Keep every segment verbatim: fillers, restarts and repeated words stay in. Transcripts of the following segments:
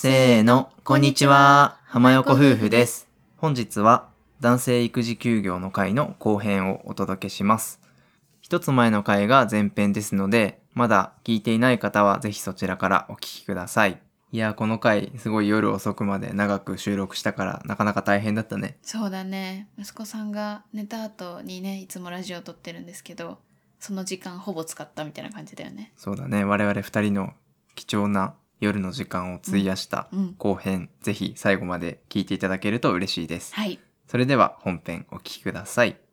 せーの、こんにちは。浜横夫婦です。本日は男性育児休業の回の後編をお届けします。一つ前の回が前編ですので、まだ聞いていない方はぜひそちらからお聞きください。いやー、この回すごい夜遅くまで長く収録したからなかなか大変だったね。 そうだね。息子さんが寝た後にね、いつもラジオを撮ってるんですけど、その時間ほぼ使ったみたいな感じだよね。 そうだね。我々二人の貴重な夜の時間を費やした後編、うんうん、ぜひ最後まで聞いていただけると嬉しいです。 はい。 それでは本編お聞きください。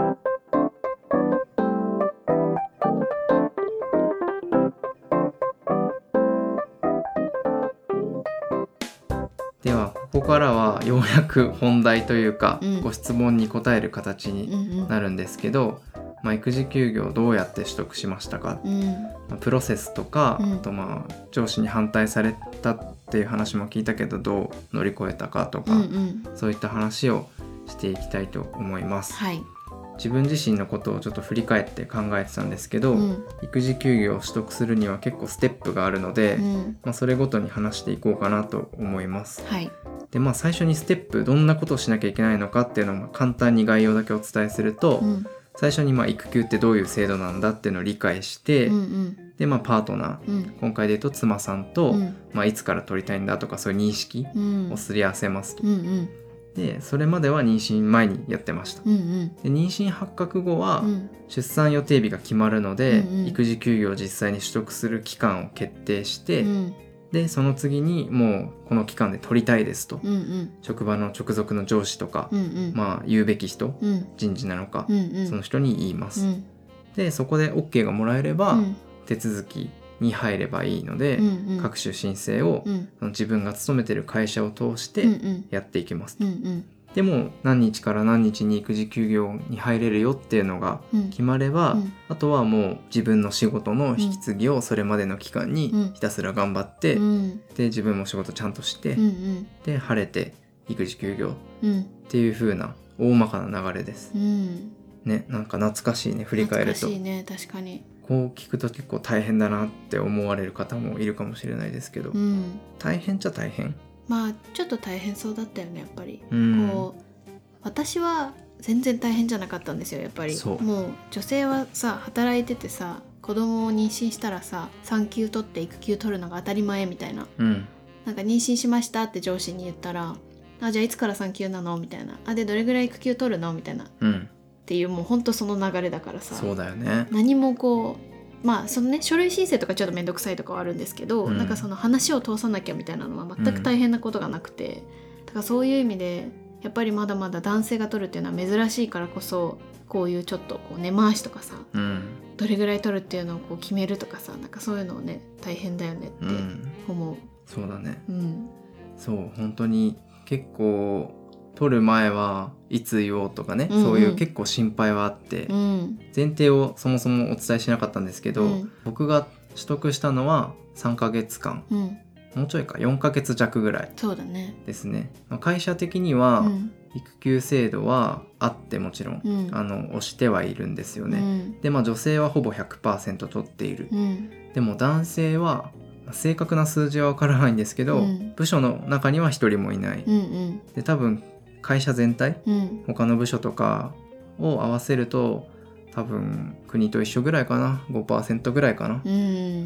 ではここからはようやく本題というか、うん、ご質問に答える形になるんですけど、うんうんまあ、育児休業どうやって取得しましたか、うんまあ、プロセスとか、うん、あとまあ上司に反対されたっていう話も聞いたけどどう乗り越えたかとか、うんうん、そういった話をしていきたいと思います、はい、自分自身のことをちょっと振り返って考えてたんですけど、うん、育児休業を取得するには結構ステップがあるので、うんまあ、それごとに話していこうかなと思います、はいでまあ、最初にステップどんなことをしなきゃいけないのかっていうのを簡単に概要だけお伝えすると、うん最初にまあ育休ってどういう制度なんだっていうのを理解して、うんうん、でまあパートナー、うん、今回で言うと妻さんと、うんまあ、いつから取りたいんだとかそういう認識をすり合わせますと、うんうん、でそれまでは妊娠前にやってました、うんうん、で妊娠発覚後は出産予定日が決まるので、うんうん、育児休業を実際に取得する期間を決定して、うんでその次にもうこの期間で取りたいですと、うんうん、職場の直属の上司とか、うんうんまあ、言うべき人、うん、人事なのか、うんうん、その人に言います、うん、でそこで OK がもらえれば、うん、手続きに入ればいいので、うんうん、各種申請を、うん、自分が勤めてる会社を通してやっていきますと、うんうんでも何日から何日に育児休業に入れるよっていうのが決まれば、うん、あとはもう自分の仕事の引き継ぎをそれまでの期間にひたすら頑張って、うん、で自分も仕事ちゃんとして、うんうん、で晴れて育児休業っていう風な大まかな流れです、うん、ねなんか懐かしいね振り返ると懐かしいね確かにこう聞くと結構大変だなって思われる方もいるかもしれないですけど、うん、大変っちゃ大変まあちょっと大変そうだったよねやっぱり、うん、こう私は全然大変じゃなかったんですよやっぱりもう女性はさ働いててさ子供を妊娠したらさ産休取って育休取るのが当たり前みたいな、うん、なんか妊娠しましたって上司に言ったらあじゃあいつから産休なのみたいなあでどれぐらい育休取るのみたいな、うん、っていうもうほんとその流れだからさそうだよね何もこうまあそのね書類申請とかちょっとめんどくさいとかはあるんですけど、うん、なんかその話を通さなきゃみたいなのは全く大変なことがなくて、うん、だからそういう意味でやっぱりまだまだ男性が取るっていうのは珍しいからこそこういうちょっとこう根回しとかさ、うん、どれぐらい取るっていうのをこう決めるとかさなんかそういうのをね大変だよねって思う、うん、 そうだね、うん、そう本当に結構取る前はいつ言おうとかね、うんうん、そういう結構心配はあって、うん、前提をそもそもお伝えしなかったんですけど、うん、僕が取得したのはさんかげつかん、うん、もうちょいかよんかげつ弱ぐらいですね。まあ、会社的には、うん、育休制度はあってもちろん、うん、あの押してはいるんですよね、うん、でまあ女性はほぼ ひゃくパーセント 取っている、うん、でも男性は正確な数字は分からないんですけど、うん、部署の中にはひとりもいない、うんうん、で多分会社全体、うん、他の部署とかを合わせると多分国と一緒ぐらいかな ごパーセント ぐらいかな、うん、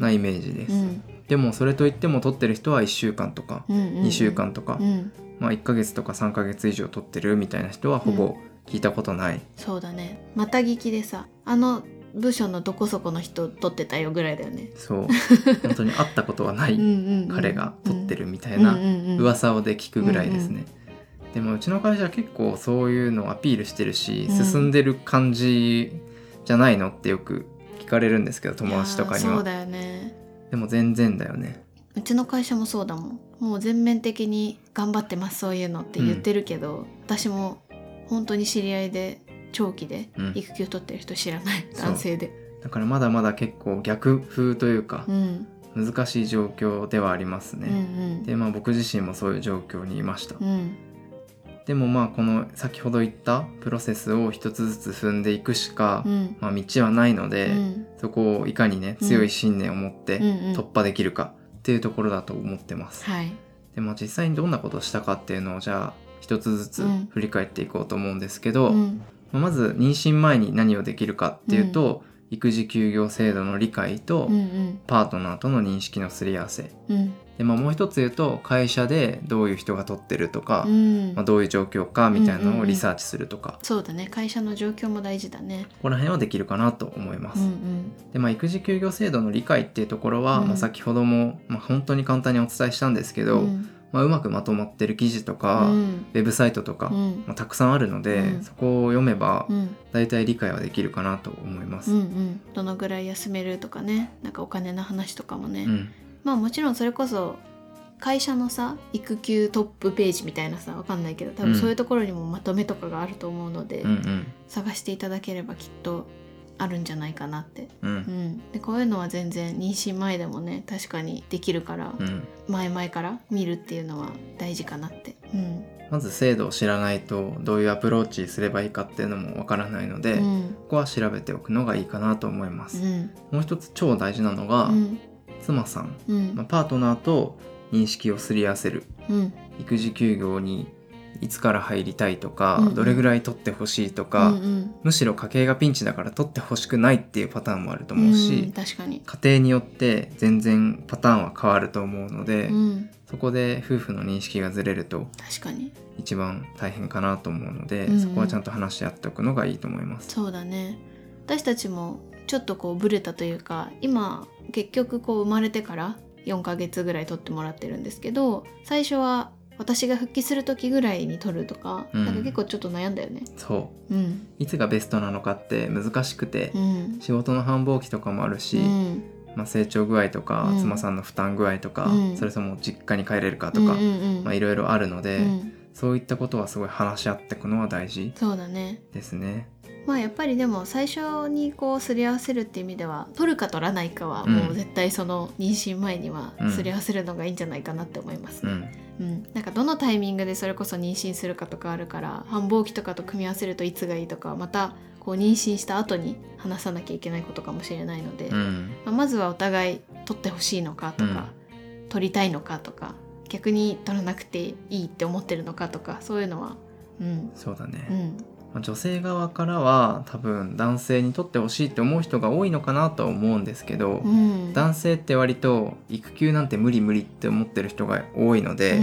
なイメージです、うん、でもそれといっても取ってる人はいっしゅうかんとか、うんうんうん、にしゅうかんとか、うんまあ、いっかげつとかさんかげつ以上取ってるみたいな人はほぼ聞いたことない、うん、 そうだねまた聞きでさあの部署のどこそこの人取ってたよぐらいだよねそう本当に会ったことはない彼が取ってるみたいな噂をで聞くぐらいですね、うんうんうんでもうちの会社は結構そういうのをアピールしてるし、うん、進んでる感じじゃないのってよく聞かれるんですけど友達とかにはそうだよねでも全然だよねうちの会社もそうだもんもう全面的に頑張ってますそういうのって言ってるけど、うん、私も本当に知り合いで長期で育休取ってる人知らない、うん、男性でだからまだまだ結構逆風というか、うん難しい状況ではありますね、うんうん、でまあ僕自身もそういう状況にいました、うんでもまあこの先ほど言ったプロセスを一つずつ踏んでいくしか、うんまあ、道はないので、うん、そこをいかにね強い信念を持って突破できるかっていうところだと思ってます、うんはい、 でも実際にどんなことをしたかっていうのをじゃあ一つずつ振り返っていこうと思うんですけど、うん、まず妊娠前に何をできるかっていうと、うん、育児休業制度の理解と、うんうん、パートナーとの認識のすり合わせ、うんでまあ、もう一つ言うと会社でどういう人が取ってるとか、うんまあ、どういう状況かみたいなのをリサーチするとか、うんうんうん、 そうだね、会社の状況も大事だね。 ここら辺はできるかなと思います、うんうん、でまあ、育児休業制度の理解っていうところは、うんまあ、先ほども、まあ、本当に簡単にお伝えしたんですけど、うんまあ、うまくまとまってる記事とか、うん、ウェブサイトとか、うんまあ、たくさんあるので、うん、そこを読めば、うん、だいたい理解はできるかなと思います、 うんうん、どのぐらい休めるとかね、なんかお金の話とかもね、うんまあもちろんそれこそ会社のさ育休トップページみたいなさ、わかんないけど多分そういうところにもまとめとかがあると思うので、うんうん、探していただければきっとあるんじゃないかなって、うんうん、でこういうのは全然妊娠前でもね確かにできるから、うん、前々から見るっていうのは大事かなって、うん、 まず制度を知らないとどういうアプローチすればいいかっていうのもわからないので、うん、ここは調べておくのがいいかなと思います、うん、もう一つ超大事なのが、うん妻さん、うんまあ、パートナーと認識をすり合わせる、うん、育児休業にいつから入りたいとか、うんうん、どれぐらい取ってほしいとか、うんうん、むしろ家計がピンチだから取ってほしくないっていうパターンもあると思うし、 うん、確かに家庭によって全然パターンは変わると思うので、うん、そこで夫婦の認識がずれると確かに一番大変かなと思うので、うんうん、そこはちゃんと話し合っておくのがいいと思います。 そうだね、私たちもちょっとこうブレたというか、今結局こう生まれてからよんかげつぐらい取ってもらってるんですけど、最初は私が復帰する時ぐらいに取るとか、うん、なんか結構ちょっと悩んだよね。 そう、うん、いつがベストなのかって難しくて、うん、仕事の繁忙期とかもあるし、うんまあ、成長具合とか、うん、妻さんの負担具合とか、うん、それとも実家に帰れるかとか、いろいろあるので、うん、そういったことはすごい話し合っていくのは大事そうだねですね。 まあやっぱりでも最初にこうすり合わせるっていう意味では、取るか取らないかはもう絶対その妊娠前にはすり合わせるのがいいんじゃないかなって思いますね、うんうん、なんかどのタイミングでそれこそ妊娠するかとかあるから、繁忙期とかと組み合わせるといつがいいとか、またこう妊娠した後に話さなきゃいけないことかもしれないので、うんまあ、まずはお互い取ってほしいのかとか、うん、取りたいのかとか、逆に取らなくていいって思ってるのかとか、そういうのは、うん、 そうだね、 うん女性側からは多分男性にとってほしいって思う人が多いのかなとは思うんですけど、うん、男性って割と育休なんて無理無理って思ってる人が多いので、うん、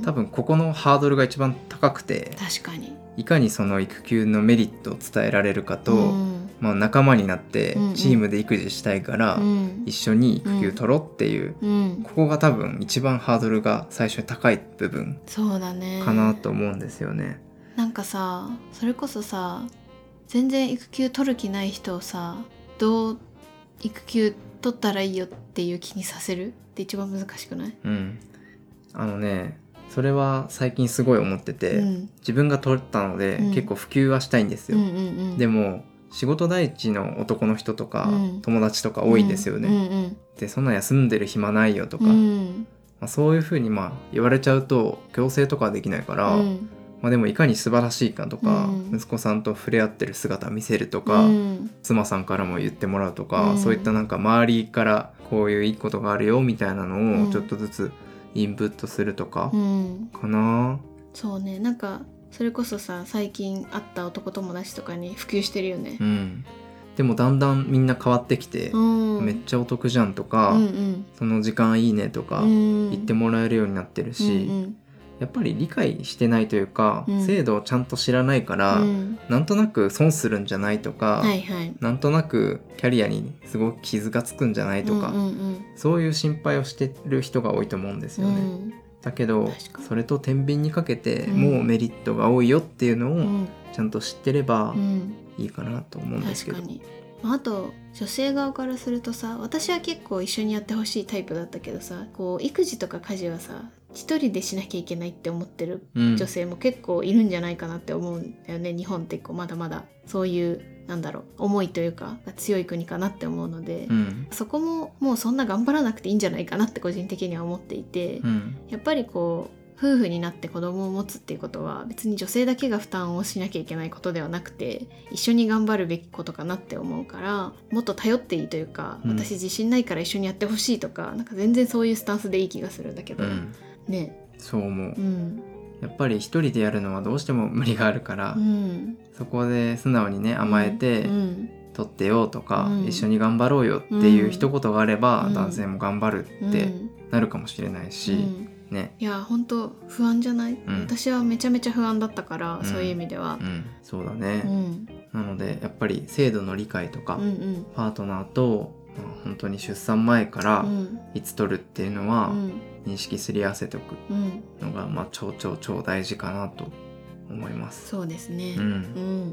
多分ここのハードルが一番高くて、 確かにいかにその育休のメリットを伝えられるかと、うんまあ、仲間になってチームで育児したいから一緒に育休取ろうっていう、うんうん、ここが多分一番ハードルが最初に高い部分かなと思うんですよね。 なんかさ、それこそさ、全然育休取る気ない人をさ、どう育休取ったらいいよっていう気にさせるって一番難しくない？ うん、あのね、それは最近すごい思ってて、うん、自分が取ったので、うん、結構普及はしたいんですよ、うんうんうん、でも仕事第一の男の人とか、うん、友達とか多いんですよね、うんうんうん、でそんな休んでる暇ないよとか、うんまあ、そういう風にまあ言われちゃうと強制とかはできないから、うんまあ、でもいかに素晴らしいかとか、うん、息子さんと触れ合ってる姿を見せるとか、うん、妻さんからも言ってもらうとか、うん、そういったなんか周りからこういういいことがあるよみたいなのをちょっとずつインプットするとかかな、うん、 そうね、なんかそれこそさ、最近会った男友達とかに普及してるよね、 うん、でもだんだんみんな変わってきて、うん、めっちゃお得じゃんとか、うんうん、その時間いいねとか言ってもらえるようになってるし、うんうんやっぱり理解してないというか、うん、制度をちゃんと知らないから、うん、なんとなく損するんじゃないとか、はいはい、なんとなくキャリアにすごく傷がつくんじゃないとか、うんうんうん、そういう心配をしてる人が多いと思うんですよね、うん、だけどそれと天秤にかけて、うん、もうメリットが多いよっていうのをちゃんと知ってればいいかなと思うんですけど、 確かに。あと女性側からするとさ、私は結構一緒にやってほしいタイプだったけどさ、こう育児とか家事はさ一人でしなきゃいけないって思ってる女性も結構いるんじゃないかなって思うんだよね、うん、日本ってこうまだまだそういうなんだろう思いというかが強い国かなって思うので、うん、そこももうそんな頑張らなくていいんじゃないかなって個人的には思っていて、うん、やっぱりこう夫婦になって子供を持つっていうことは別に女性だけが負担をしなきゃいけないことではなくて、一緒に頑張るべきことかなって思うから、もっと頼っていいというか、うん、私自信ないから一緒にやってほしいとか、なんか全然そういうスタンスでいい気がするんだけど、うん、ね。 そう思う、 うん、 やっぱり一人でやるのはどうしても無理があるから、 うん、 そこで素直にね甘えて、 うん、 撮ってよとか、 うん、 一緒に頑張ろうよっていう一言があれば、 うん、 男性も頑張るってなるかもしれないし、 うんね、 いや本当不安じゃない、うん、私はめちゃめちゃ不安だったから、うん、そういう意味では、 うん、そうだね、 うん、 なのでやっぱり制度の理解とか、 うんうん、 パートナーと、まあ、本当に出産前からいつ取るっていうのは認識すり合わせておくのが、まあ、超超超大事かなと思います。 そうですね、 うんうん、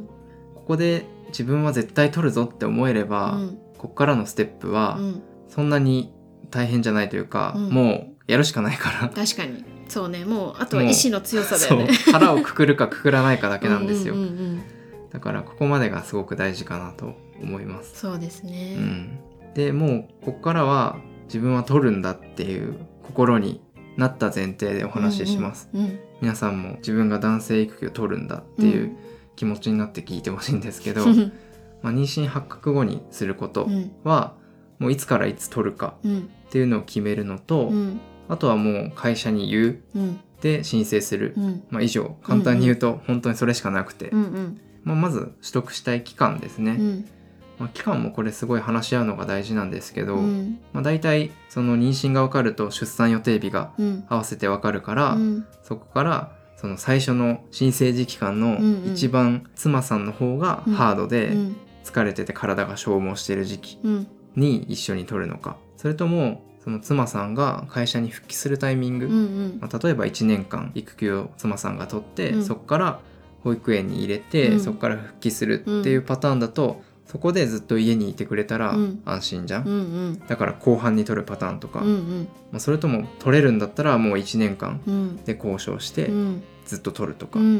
ここで自分は絶対取るぞって思えれば、うん、こっからのステップはそんなに大変じゃないというか、うん、もうやるしかないから確かにそうね、もうあとは意志の強さだよね。 そう腹をくくるかくくらないかだけなんですようんうんうん、うん、 だからここまでがすごく大事かなと思います。 そうですね、 うん、でもうここからは自分は取るんだっていう心になった前提でお話しします、 うんうんうん、皆さんも自分が男性育休を取るんだっていう気持ちになって聞いてほしいんですけど、うん、まあ妊娠発覚後にすることは、うん、もういつからいつ取るかっていうのを決めるのと、うん、あとはもう会社に言う、うん、で申請する、うん、まあ、以上簡単に言うと本当にそれしかなくて、うんうんまあ、まず取得したい期間ですね、うんまあ、期間もこれすごい話し合うのが大事なんですけど、うんまあ、大体その妊娠が分かると出産予定日が合わせて分かるから、うん、そこからその最初の新生児期間の一番妻さんの方がハードで疲れてて体が消耗している時期に一緒に取るのか、それともその妻さんが会社に復帰するタイミング、うんうんまあ、例えばいちねんかん育休を妻さんが取って、うん、そこから保育園に入れて、うん、そこから復帰するっていうパターンだと、そこでずっと家にいてくれたら安心じゃん、うんうん、だから後半に取るパターンとか、うんうんまあ、それとも取れるんだったらもういちねんかんで交渉してずっと取るとか、うんうん、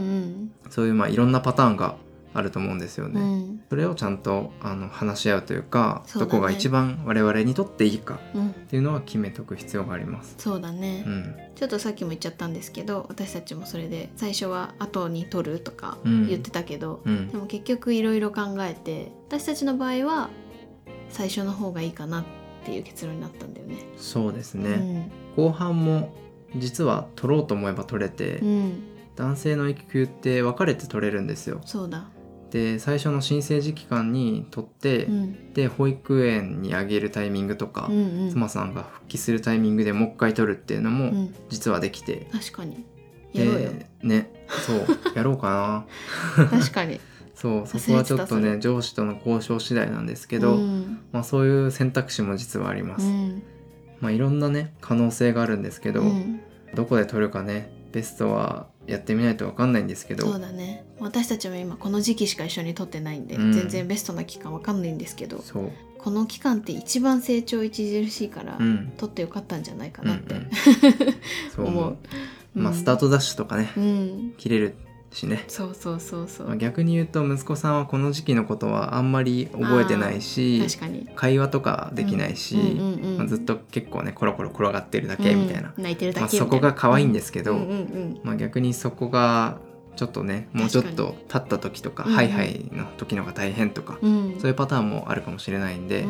そういうまあいろんなパターンがあると思うんですよね、うん、それをちゃんとあの話し合うというか、ね、どこが一番我々にとっていいかっていうのは決めとく必要があります。 そうだね、うん、ちょっとさっきも言っちゃったんですけど、私たちもそれで最初は後に取るとか言ってたけど、うん、でも結局いろいろ考えて私たちの場合は最初の方がいいかなっていう結論になったんだよね。 そうですね、うん、後半も実は取ろうと思えば取れて、うん、男性の育休って分かれて取れるんですよ。 そうだ。 で最初の新生児期間に取って、うん、で保育園にあげるタイミングとか、うんうん、妻さんが復帰するタイミングでもう一回取るっていうのも実はできて、 うん、確かにやろうよね、そうやろうかな確かにそうそこはちょっとね上司との交渉次第なんですけど、うんまあ、そういう選択肢も実はあります、うんまあ、いろんなね可能性があるんですけど、うん、どこで取るかねベストはやってみないと分かんないんですけど。 そうだね、私たちも今この時期しか一緒に取ってないんで、うん、全然ベストな期間分かんないんですけど、そうこの期間って一番成長著しいから、うん、取ってよかったんじゃないかなって、うんうん、 そう思う、うん、まあスタートダッシュとかね、うん、切れるしね。 そうそうそうそう、 まあ、逆に言うと息子さんはこの時期のことはあんまり覚えてないし、 確かに会話とかできないし、うんうんうんうんまあ、ずっと結構ねコロコロ転がってるだけみたいな、 うん、泣いてるだけみたいな、まあ、そこが可愛いんですけど、うんうんうんうんまあ、逆にそこがちょっとねもうちょっと経った時とか、ハイハイの時のが大変とか、うん、そういうパターンもあるかもしれないんで、うん、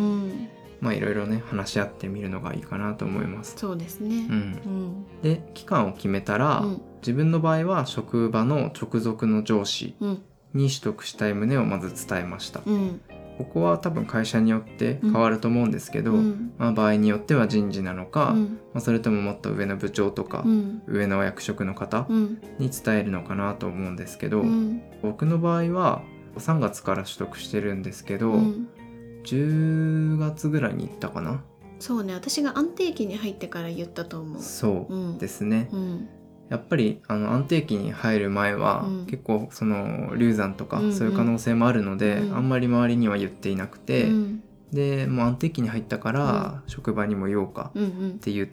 まあいろいろね話し合ってみるのがいいかなと思います。 そうですね、うんうん、で期間を決めたら、うん、自分の場合は職場の直属の上司に取得したい旨をまず伝えました、うん、ここは多分会社によって変わると思うんですけど、うんまあ、場合によっては人事なのか、うんまあ、それとももっと上の部長とか、うん、上のお役職の方に伝えるのかなと思うんですけど、うん、僕の場合はさんがつから取得してるんですけど、うん、じゅうがつぐらいに行ったかな。 そうね、私が安定期に入ってから言ったと思う。 そうですね、うん、やっぱりあの安定期に入る前は、うん、結構その流産とかそういう可能性もあるので、うんうん、あんまり周りには言っていなくて、うん、でもう安定期に入ったから、うん、職場にも言おうかって言って、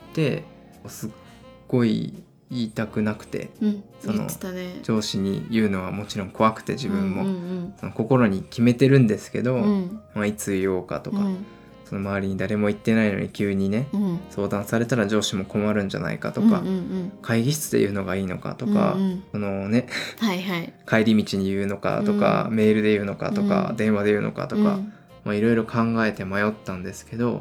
うんうん、すっごい言いたくなくて、うん、その上司に言うのはもちろん怖くて自分も、うんうんうん、その心に決めてるんですけど、うんまあ、いつ言おうかとか、うんその周りに誰も言ってないのに急にね、うん、相談されたら上司も困るんじゃないかとか、うんうんうん、会議室で言うのがいいのかとか、うんうん、そのね、はいはい、帰り道に言うのかとか、うん、メールで言うのかとか、うん、電話で言うのかとか、うんまあ、いろいろ考えて迷ったんですけど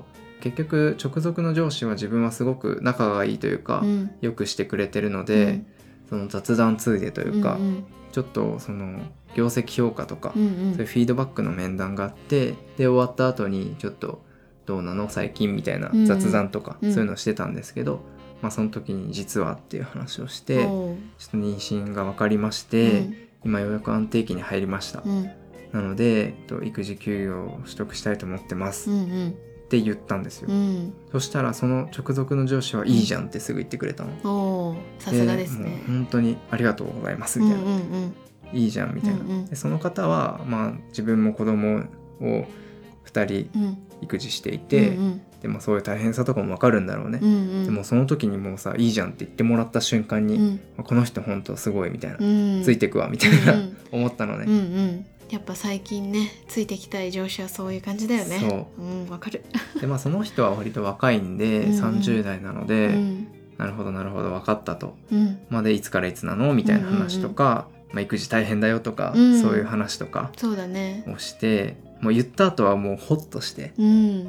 結局直属の上司は自分はすごく仲がいいというか、うん、よくしてくれてるので、うん、その雑談ついでというか、うんうん、ちょっとその業績評価とか、うんうん、そういうフィードバックの面談があって、で終わった後にちょっとどうなの最近みたいな雑談とか、うんうん、そういうのをしてたんですけど、まあ、その時に実はっていう話をして、ちょっと妊娠が分かりまして、うん、今ようやく安定期に入りました、うん、なので育児休業を取得したいと思ってます、うんうん、って言ったんですよ、うん、そしたらその直属の上司はいいじゃんってすぐ言ってくれたの、うん、 おさすがですね。 もう本当にありがとうございますみたいな、うんうんうん、いいじゃんみたいな、うんうん、でその方は、まあ、自分も子供をふたり育児していて、うんうん、でもそういう大変さとかも分かるんだろうね、うんうん、でもその時にもうさいいじゃんって言ってもらった瞬間に、うん、この人本当すごいみたいな、うん、ついてくわみたいな、うん、思ったのね、うんうん、 やっぱ最近ねついてきたい上司はそういう感じだよね。そう、うん、分かるで、まあ、その人は割と若いんで、うん、さんじゅう代なので、うん、なるほどなるほど分かったと、うん、まあ、でいつからいつなのみたいな話とか、うんうんうんまあ、育児大変だよとか、うん、そういう話とかそうだねをして、もう言った後はもうホッとして、うん、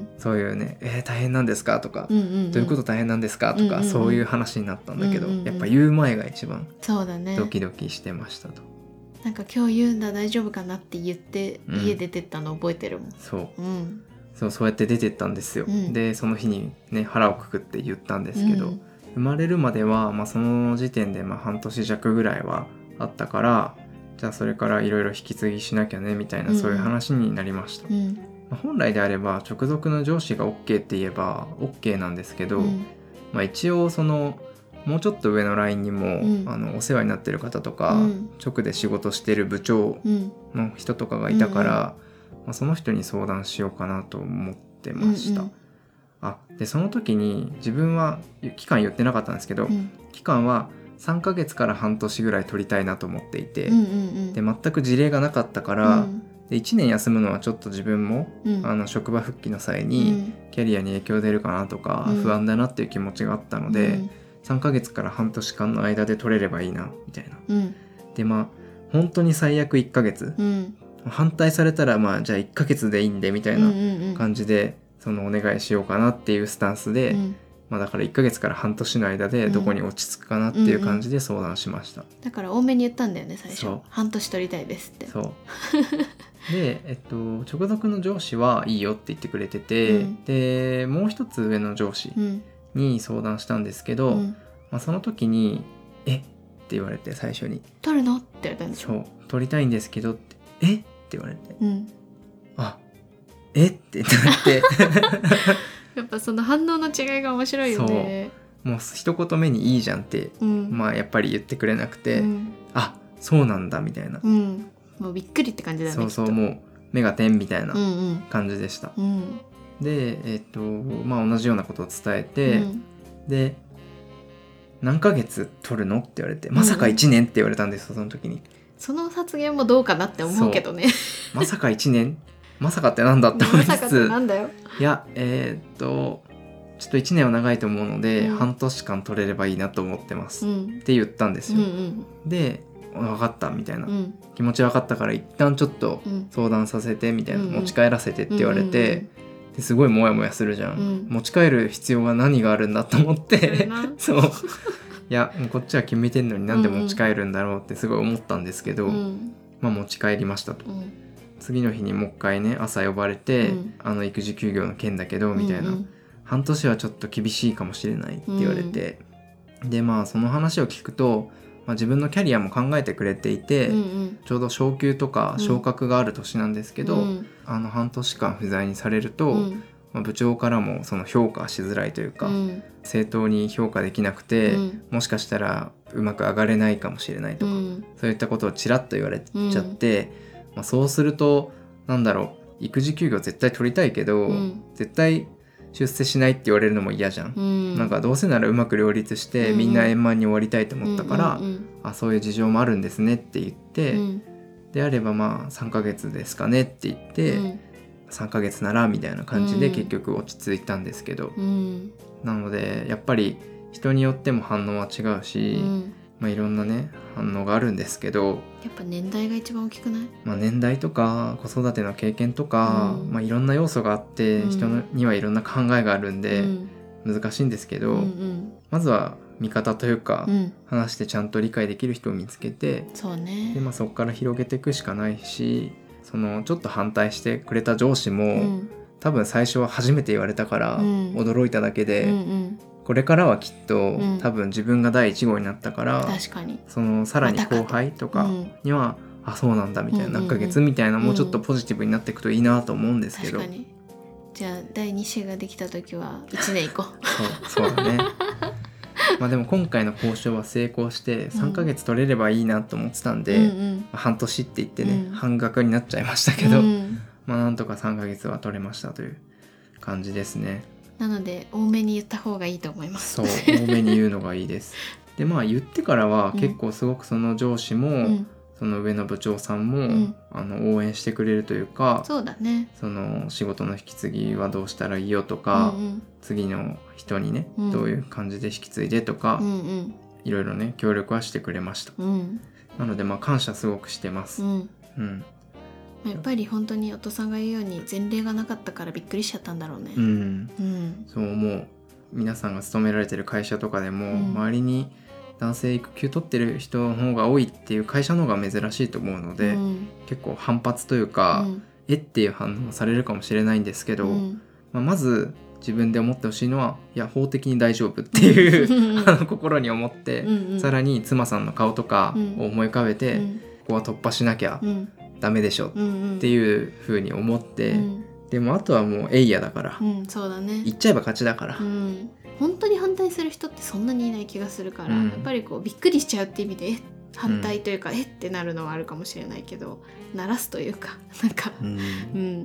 そういうね、えー、大変なんですかとか、うんうんうん、どういうこと大変なんですかとか、うんうんうん、そういう話になったんだけど、うんうんうん、やっぱ言う前が一番ドキドキしてましたと。 なんか今日言うんだ大丈夫かなって言って家出てったの覚えてるもん、 うん、そう、うん、そう、そうやって出てったんですよ、うん、でその日にね腹をくくって言ったんですけど、うん、生まれるまでは、まあ、その時点でまあ半年弱ぐらいはあったから、じゃあそれからいろいろ引き継ぎしなきゃねみたいな、うん、そういう話になりました、うんまあ、本来であれば直属の上司が OK って言えば OK なんですけど、うんまあ、一応そのもうちょっと上のラインにも、うん、あのお世話になってる方とか、うん、直で仕事してる部長の人とかがいたから、うんうんまあ、その人に相談しようかなと思ってました、うんうん、あでその時に自分は期間言ってなかったんですけど、うん、期間はさんかげつから半年ぐらい取りたいなと思っていて、うんうんうん、で全く事例がなかったから、うん、でいちねん休むのはちょっと自分も、うん、あの職場復帰の際にキャリアに影響出るかなとか、うん、不安だなっていう気持ちがあったので、うん、さんかげつから半年間の間で取れればいいなみたいな、うん、でまあ本当に最悪いっかげつ、うん、反対されたらまあじゃあいっかげつでいいんでみたいな感じで、そのお願いしようかなっていうスタンスで、うんまあ、だからいっかげつから半年の間でどこに落ち着くかなっていう感じで相談しました、うんうんうん、 だから多めに言ったんだよね最初。半年取りたいですって。 そうで、えっと、直属の上司はいいよって言ってくれてて、うん、でもう一つ上の上司に相談したんですけど、うんまあ、その時にえって言われて、最初に取るのって言われたんでしょ。 そう取りたいんですけどってえって言われて、うん、あえってなってやっぱその反応の違いが面白いよね。 そうもう一言目にいいじゃんって、うん、まあやっぱり言ってくれなくて、うん、あそうなんだみたいな、うん、 もうびっくりって感じだね。 そうそうもう目が点みたいな感じでした、うんうん、でえっとまあ同じようなことを伝えて、うん、で何ヶ月取るのって言われて、まさかいちねんって言われたんですよ、その時に。 その発言もどうかなって思うけどね。 まさかいちねんまさかってなんだって思いつつ、まさかってなんだよ。 いやえー、っとちょっといちねんは長いと思うので、うん、半年間取れればいいなと思ってます、うん、って言ったんですよ、うんうん、で分かったみたいな、うん、気持ち分かったから一旦ちょっと相談させてみたいな、うん、持ち帰らせてって言われて、うんうん、ですごいモヤモヤするじゃん、うん、持ち帰る必要が何があるんだと思ってそういやもうこっちは決めてんのになんで持ち帰るんだろうってすごい思ったんですけど、うん、まあ持ち帰りましたと、うん次の日にもう一回ね朝呼ばれて、うん、あの育児休業の件だけどみたいな、うんうん、半年はちょっと厳しいかもしれないって言われて、うん、でまあその話を聞くと、まあ、自分のキャリアも考えてくれていて、うんうん、ちょうど昇給とか昇格がある年なんですけど、うん、あの半年間不在にされると、うんまあ、部長からもその評価しづらいというか、うん、正当に評価できなくて、うん、もしかしたらうまく上がれないかもしれないとか、うん、そういったことをちらっと言われちゃって、うんまあ、そうするとなんだろう育児休業絶対取りたいけど、うん、絶対出世しないって言われるのも嫌じゃん、うん、なんかどうせならうまく両立して、うん、みんな円満に終わりたいと思ったから、うんうんうん、あそういう事情もあるんですねって言って、うん、であればまあさんかげつですかねって言って、うん、さんかげつならみたいな感じで結局落ち着いたんですけど、うん、なのでやっぱり人によっても反応は違うし、うんまあ、いろんなね反応があるんですけど、 やっぱ年代が一番大きくない？ まあ、年代とか子育ての経験とか、うんまあ、いろんな要素があって、うん、人にはいろんな考えがあるんで、うん、難しいんですけど、うんうん、まずは味方というか、うん、話してちゃんと理解できる人を見つけて、 そうね、 で、まあ、そこから広げていくしかないし、そのちょっと反対してくれた上司も、うん、多分最初は初めて言われたから驚いただけで、うんうんうん、これからはきっと、うん、多分自分が第一号になったから、 確かにそのさらに後輩とかには、うん、あそうなんだみたいな、うんうんうん、何ヶ月みたいな、もうちょっとポジティブになっていくといいなと思うんですけど、 確かに。じゃあだいに子ができた時はいちねん行こうそうそうだねまあでも今回の交渉は成功してさんかげつ取れればいいなと思ってたんで、うんうんまあ、半年って言ってね、うん、半額になっちゃいましたけど、うん、まあなんとかさんかげつは取れましたという感じですね。 なので多めに言った方がいいと思います。 そう多めに言うのがいいですでまあ言ってからは結構すごくその上司も、うん、その上の部長さんも、うん、あの応援してくれるというか、 そうだね、 その仕事の引き継ぎはどうしたらいいよとか、うんうん、次の人にね、うん、どういう感じで引き継いでとか、うんうん、いろいろね協力はしてくれました、うん、なのでまあ感謝すごくしてます、うんうん、 やっぱり本当にお父さんが言うように前例がなかったからびっくりしちゃったんだろうね、 うんうん、そう思う。皆さんが勤められてる会社とかでも、うん、周りに男性育休取ってる人の方が多いっていう会社の方が珍しいと思うので、うん、結構反発というか、うん、えっていう反応されるかもしれないんですけど、うんまあ、まず自分で思ってほしいのは、いや法的に大丈夫っていうあの心に思って、うんうん、さらに妻さんの顔とかを思い浮かべて、うん、ここは突破しなきゃダメでしょっていう風に思って、うん、でもあとはもうエイヤだから、 うん、そうだね、 言っちゃえば勝ちだから、 うん本当に反対する人ってそんなにいない気がするから、うん、やっぱりこうびっくりしちゃうって意味でえ反対というか、うん、えってなるのはあるかもしれないけど、鳴らすというかなんか、うんうん、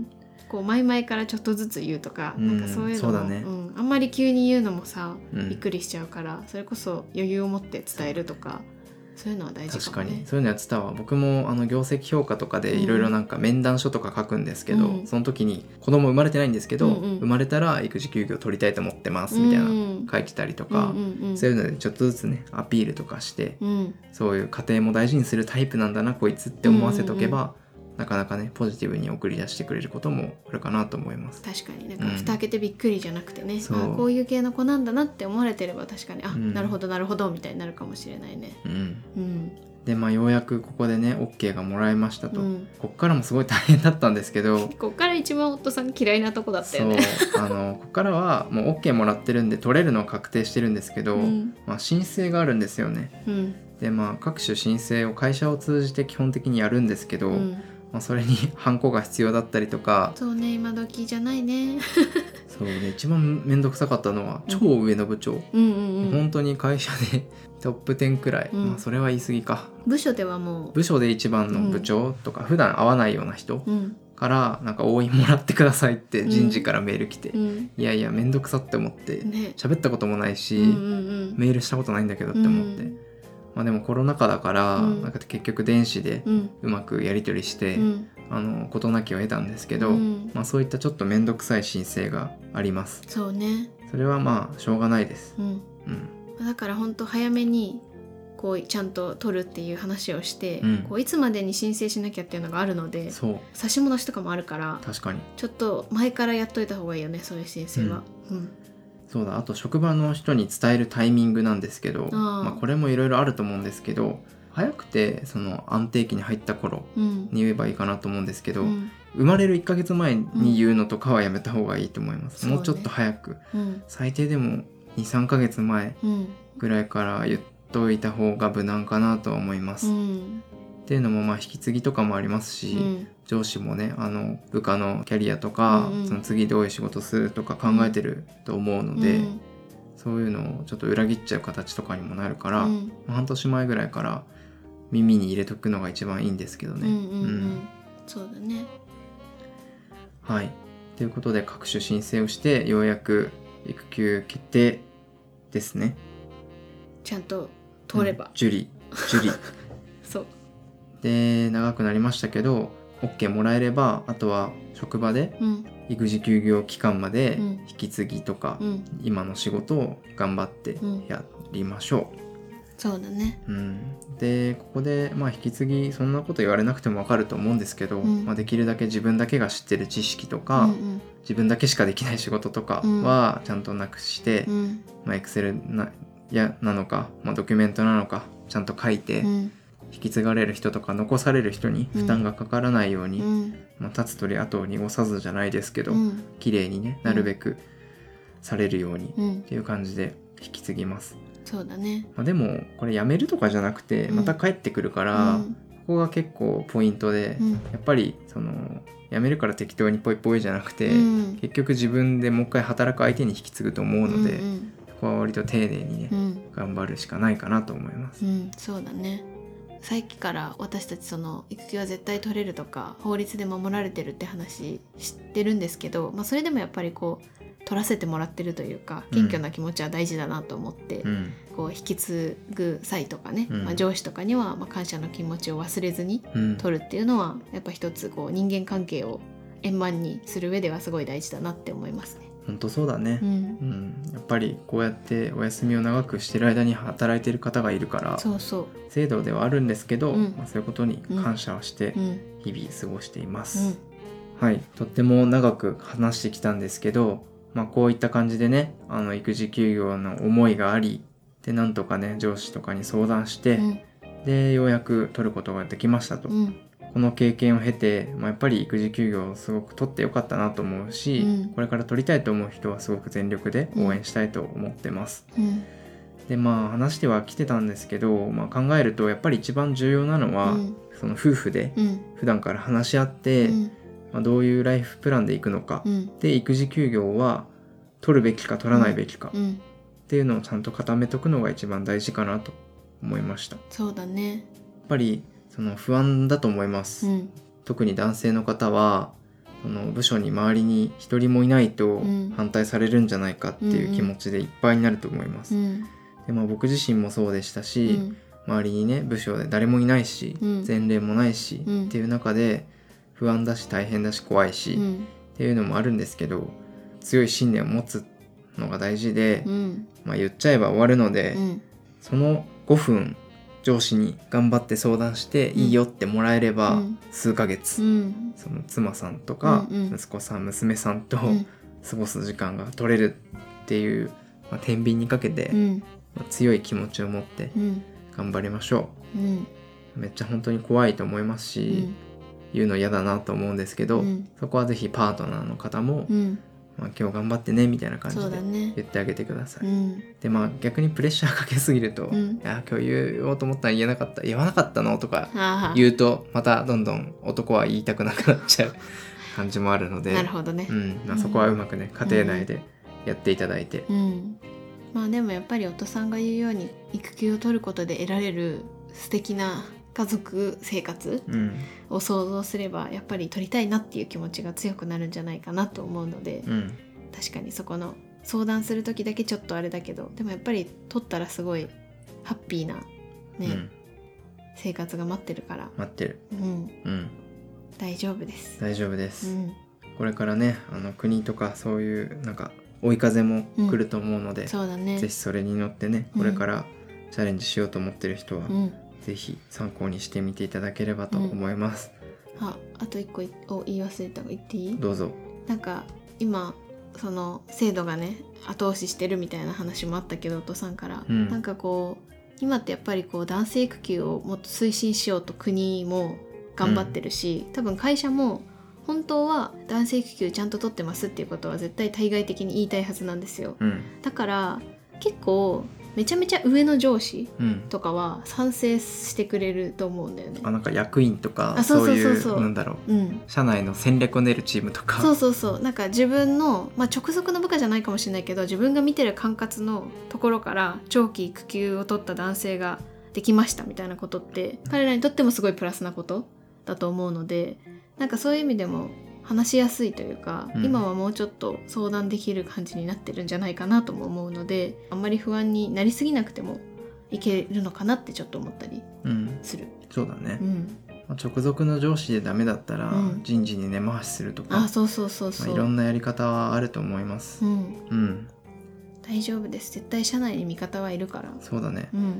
こう前々からちょっとずつ言うとか、うん、なんかそういうのも、そうだね、うん、あんまり急に言うのもさ、うん、びっくりしちゃうから、それこそ余裕を持って伝えるとか、そういうのは大事かもね。 確かにそういうのやってたわ。僕もあの業績評価とかでいろいろなんか面談書とか書くんですけど、うん、その時に子供生まれてないんですけど、うんうん、生まれたら育児休業取りたいと思ってますみたいな書いてたりとか、うんうんうん、そういうのでちょっとずつねアピールとかして、うん、そういう家庭も大事にするタイプなんだなこいつって思わせとけば、うんうんうん、なかなかねポジティブに送り出してくれることもあるかなと思います。 確かになんか蓋開けてびっくりじゃなくてね、うん、あこういう系の子なんだなって思われてれば確かにあ、うん、なるほどなるほどみたいになるかもしれないね。うん、 うんでまあ、ようやくここでね OK がもらえましたと、うん、こっからもすごい大変だったんですけどこっから一番夫さん嫌いなとこだったよね。 そうあのこっからはもう OK もらってるんで取れるのは確定してるんですけど、うんまあ、申請があるんですよね、うん、でまあ各種申請を会社を通じて基本的にやるんですけど、うんまあ、それにハンコが必要だったりとか、 そうね今時じゃないねそうね一番めんどくさかったのは超上の部長、うんうんうん、本当に会社でトップじゅうくらい、うんまあ、それは言い過ぎか、 部署ではもう部署で一番の部長とか、うん、普段会わないような人からなんか応援もらってくださいって人事からメール来て、うん、いやいやめんどくさって思って喋、ね、ったこともないし、うんうんうん、メールしたことないんだけどって思って、うんまあ、でもコロナ禍だから、うん、なんか結局電子でうまくやり取りして、うん、あの事なきを得たんですけど、うんまあ、そういったちょっとめんどくさい申請があります。 そうね、 それはまあしょうがないです、うんうん、だから本当早めにこうちゃんと取るっていう話をして、うん、こういつまでに申請しなきゃっていうのがあるので、そう差し戻しとかもあるから確かにちょっと前からやっといた方がいいよねそういう申請は、うんうん、 そうだあと職場の人に伝えるタイミングなんですけど、あ、まあ、これもいろいろあると思うんですけど早くてその安定期に入った頃に言えばいいかなと思うんですけど、うん、生まれるいっかげつまえに言うのとかはやめた方がいいと思います、うん、もうちょっと早く、うん、最低でも にさんかげつまえぐらいから言ってといた方が無難かなとは思います、うん、っていうのもまあ引き継ぎとかもありますし、うん、上司もねあの部下のキャリアとか、うんうん、その次どういう仕事するとか考えてると思うので、うん、そういうのをちょっと裏切っちゃう形とかにもなるから、うん、半年前ぐらいから耳に入れとくのが一番いいんですけどね、うんうんうんうん、 そうだね。 はいということで各種申請をしてようやく育休決定ですね。 ちゃんと通れば、うん、 受理受理そうで長くなりましたけど OK もらえればあとは職場で育児休業期間まで引き継ぎとか、うん、今の仕事を頑張ってやりましょう、 そうだね、 うん、でここで、まあ、引き継ぎそんなこと言われなくても分かると思うんですけど、うんまあ、できるだけ自分だけが知ってる知識とか、うんうん、自分だけしかできない仕事とかはちゃんとなくして、うん、まあ、Excel な, やなのか、まあ、ドキュメントなのかちゃんと書いて、うん、引き継がれる人とか残される人に負担がかからないように、うんまあ、立つ鳥後を濁さずじゃないですけど、うん、綺麗にねなるべくされるようにっていう感じで引き継ぎます。 そうだね、 まあ、でもこれやめるとかじゃなくてまた帰ってくるから、うん、ここが結構ポイントで、うん、やっぱりそのやめるから適当にポイポイじゃなくて、うん、結局自分でもう一回働く相手に引き継ぐと思うので、うんうん、ここは割と丁寧にね、うん、頑張るしかないかなと思います、 うん、そうだね。さっきから私たちその育休は絶対取れるとか法律で守られてるって話知ってるんですけど、まあ、それでもやっぱりこう取らせてもらってるというか謙虚な気持ちは大事だなと思って、うん、こう引き継ぐ際とかね、うんまあ、上司とかにはまあ感謝の気持ちを忘れずに取るっていうのはやっぱ一つこう人間関係を円満にする上ではすごい大事だなって思いますね。 本当そうだね、うんうん、やっぱりこうやってお休みを長くしてる間に働いてる方がいるからそうそう制度ではあるんですけど、うんまあ、そういうことに感謝をして日々過ごしています、うんうん、はいとっても長く話してきたんですけど、まあ、こういった感じでねあの育児休業の思いがありでなんとかね上司とかに相談して、うん、でようやく取ることができましたと、うんこの経験を経て、まあ、やっぱり育児休業をすごく取ってよかったなと思うし、うん、これから取りたいと思う人はすごく全力で応援したいと思ってます、うん、でまあ話してはきてたんですけど、まあ、考えるとやっぱり一番重要なのは、うん、その夫婦で普段から話し合って、うんまあ、どういうライフプランでいくのか、うん、で育児休業は取るべきか取らないべきか、うん、っていうのをちゃんと固めとくのが一番大事かなと思いました。 そうだね。 やっぱりその不安だと思います、うん、特に男性の方はその部署に周りに一人もいないと反対されるんじゃないかっていう気持ちでいっぱいになると思います、うん、でまあ、僕自身もそうでしたし、うん、周りにね部署で誰もいないし、うん、前例もないし、うん、っていう中で不安だし大変だし怖いし、うん、っていうのもあるんですけど強い信念を持つのが大事で、うんまあ、言っちゃえば終わるので、うん、そのごふん上司に頑張って相談していいよってもらえれば、うん、数ヶ月、うん、その妻さんとか、うんうん、息子さん娘さんと過ごす時間が取れるっていう、まあ、天秤にかけて、うんまあ、強い気持ちを持って頑張りましょう、うん、めっちゃ本当に怖いと思いますし、うん、言うの嫌だなと思うんですけど、うん、そこはぜひパートナーの方も、うんまあ、今日頑張ってねみたいな感じで言ってあげてください、ねうん、でまあ逆にプレッシャーかけすぎると、うん、いや今日言おうと思ったら言えなかった言わなかったのとか言うとまたどんどん男は言いたくなくなっちゃう感じもあるのでなるほどね、 うんまあ、そこはうまくね、うん、家庭内でやっていただいて、うんうん、 まあでもやっぱり夫さんが言うように育休を取ることで得られる素敵な家族生活を想像すればやっぱり取りたいなっていう気持ちが強くなるんじゃないかなと思うので、うん、確かにそこの相談する時だけちょっとあれだけどでもやっぱり取ったらすごいハッピーな、ねうん、生活が待ってるから待ってる、うんうん、 大丈夫です大丈夫です、うん、これからねあの国とかそういうなんか追い風も来ると思うので、うんそうだね、ぜひそれに乗ってねこれからチャレンジしようと思ってる人は、うんぜひ参考にしてみていただければと思います、 うん、あ, あと一個を言い忘れたの言っていい？ どうぞ。 なんか今その制度がね後押ししてるみたいな話もあったけどお父さんから、うん、なんかこう今ってやっぱりこう男性育休をもっと推進しようと国も頑張ってるし、うん、多分会社も本当は男性育休ちゃんと取ってますっていうことは絶対対外的に言いたいはずなんですよ、うん、だから結構めちゃめちゃ上の上司とかは賛成してくれると思うんだよね、 うん、あなんか役員とかそういうなんだろう、うん、社内の戦略を練るチームとかそうそうそうなんか自分の、まあ、直属の部下じゃないかもしれないけど自分が見てる管轄のところから長期育休を取った男性ができましたみたいなことって彼らにとってもすごいプラスなことだと思うのでなんかそういう意味でも話しやすいというか、うん、今はもうちょっと相談できる感じになってるんじゃないかなとも思うのであんまり不安になりすぎなくてもいけるのかなってちょっと思ったりする、うん、 そうだね、うんまあ、直属の上司でダメだったら人事に根回しするとか、 うん、あそうそうそうそう、 まあ、いろんなやり方はあると思います、うんうん、大丈夫です絶対社内に味方はいるからそうだね、うん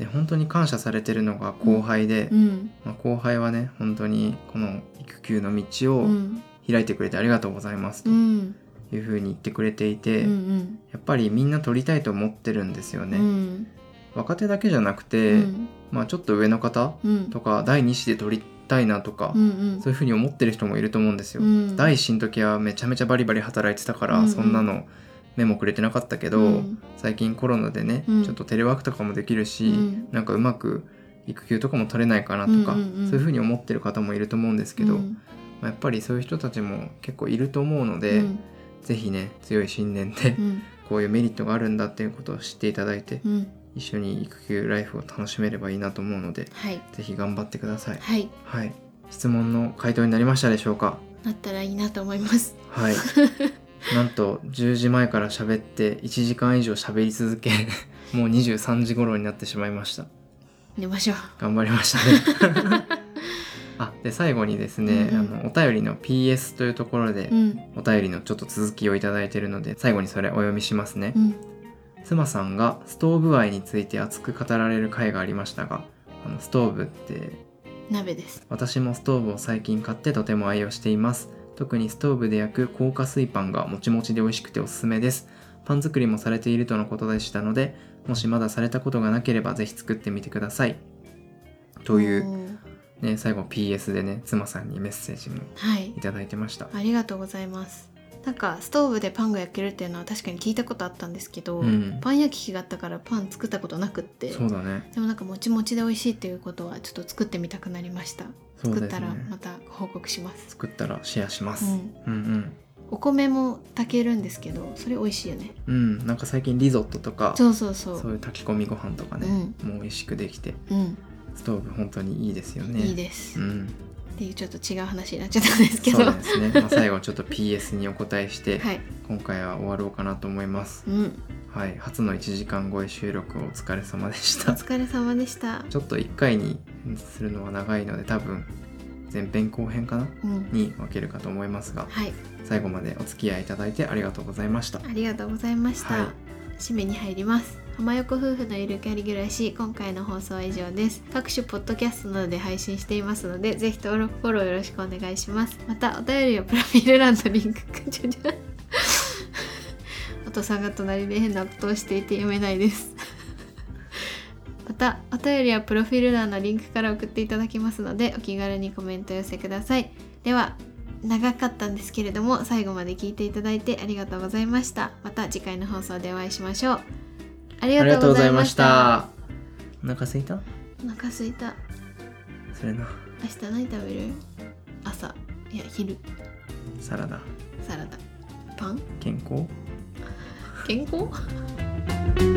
で本当に感謝されてるのが後輩で、うん、まあ、後輩はね本当にこの育休の道を開いてくれてありがとうございますというふうに言ってくれていて、うんうん、やっぱりみんな取りたいと思ってるんですよね、うん、若手だけじゃなくて、うん、まあ、ちょっと上の方とか、うん、だいに子で取りたいなとか、うんうん、そういうふうに思ってる人もいると思うんですよ、うん、だいいっ子の時はめちゃめちゃバリバリ働いてたから、うんうん、そんなの目もくれてなかったけど、うん、最近コロナでね、うん、ちょっとテレワークとかもできるし、うん、なんかうまく育休とかも取れないかなとか、うんうんうん、そういうふうに思ってる方もいると思うんですけど、うん、まあ、やっぱりそういう人たちも結構いると思うので、うん、ぜひね強い信念で、うん、こういうメリットがあるんだっていうことを知っていただいて、うん、一緒に育休ライフを楽しめればいいなと思うので、はい、ぜひ頑張ってください。はい、はい、質問の回答になりましたでしょうか？ なったらいいなと思います。 はいなんとじゅうじまえから喋っていちじかん以上喋り続けもうにじゅうさんじ頃になってしまいました。 寝ましょう。 頑張りましたねあで最後にですね、うんうん、あのお便りの ピーエス というところで、うん、お便りのちょっと続きをいただいているので最後にそれお読みしますね、うん、妻さんがストーブ愛について熱く語られる回がありましたが、あのストーブって鍋です。 私もストーブを最近買ってとても愛用しています。特にストーブで焼く高加水パンがもちもちで美味しくておすすめです。パン作りもされているとのことでしたので、もしまだされたことがなければぜひ作ってみてくださいという、ね、最後 ピーエス でね妻さんにメッセージもいただいてました、 はい、ありがとうございます。なんかストーブでパンが焼けるっていうのは確かに聞いたことあったんですけど、うん、パン焼き器があったからパン作ったことなくって。 そうだね。 でもなんかもちもちで美味しいっていうことはちょっと作ってみたくなりました。作ったらまた報告します。 作ったらシェアします、うん、うんうんお米も炊けるんですけどそれ美味しいよね。 うん、なんか最近リゾットとかそうそうそうそういう炊き込みご飯とかね、うん、もう美味しくできて、うん、ストーブ本当にいいですよね。 いいです、うん、っていうちょっと違う話になっちゃったんですけど、 そうですね、まあ、最後ちょっと ピーエス にお答えして、はい、今回は終わろうかなと思います、うん、はい、初のいちじかん超え収録お疲れ様でした。 お疲れ様でした。 ちょっといっかいにするのは長いので多分前編後編かな、うん、に分けるかと思いますが、はい、最後までお付き合いいただいてありがとうございました。 ありがとうございました、はい、締めに入ります。浜横夫婦のゆるキャリ暮らし、今回の放送は以上です。各種ポッドキャストなどで配信していますのでぜひ登録フォローよろしくお願いします。またお便りはプロフィール欄のリンクちょちょお父さんが隣で変なことをしていて読めないですまたお便りはプロフィール欄のリンクから送っていただきますのでお気軽にコメント寄せください。では長かったんですけれども最後まで聞いていただいてありがとうございました。また次回の放送でお会いしましょう。ありがとうございました。 お腹すいた？ お腹すいた。 それな。 明日何食べる？朝、いや昼。 サラダ。 サラダ。パン？ 健康？ 健康？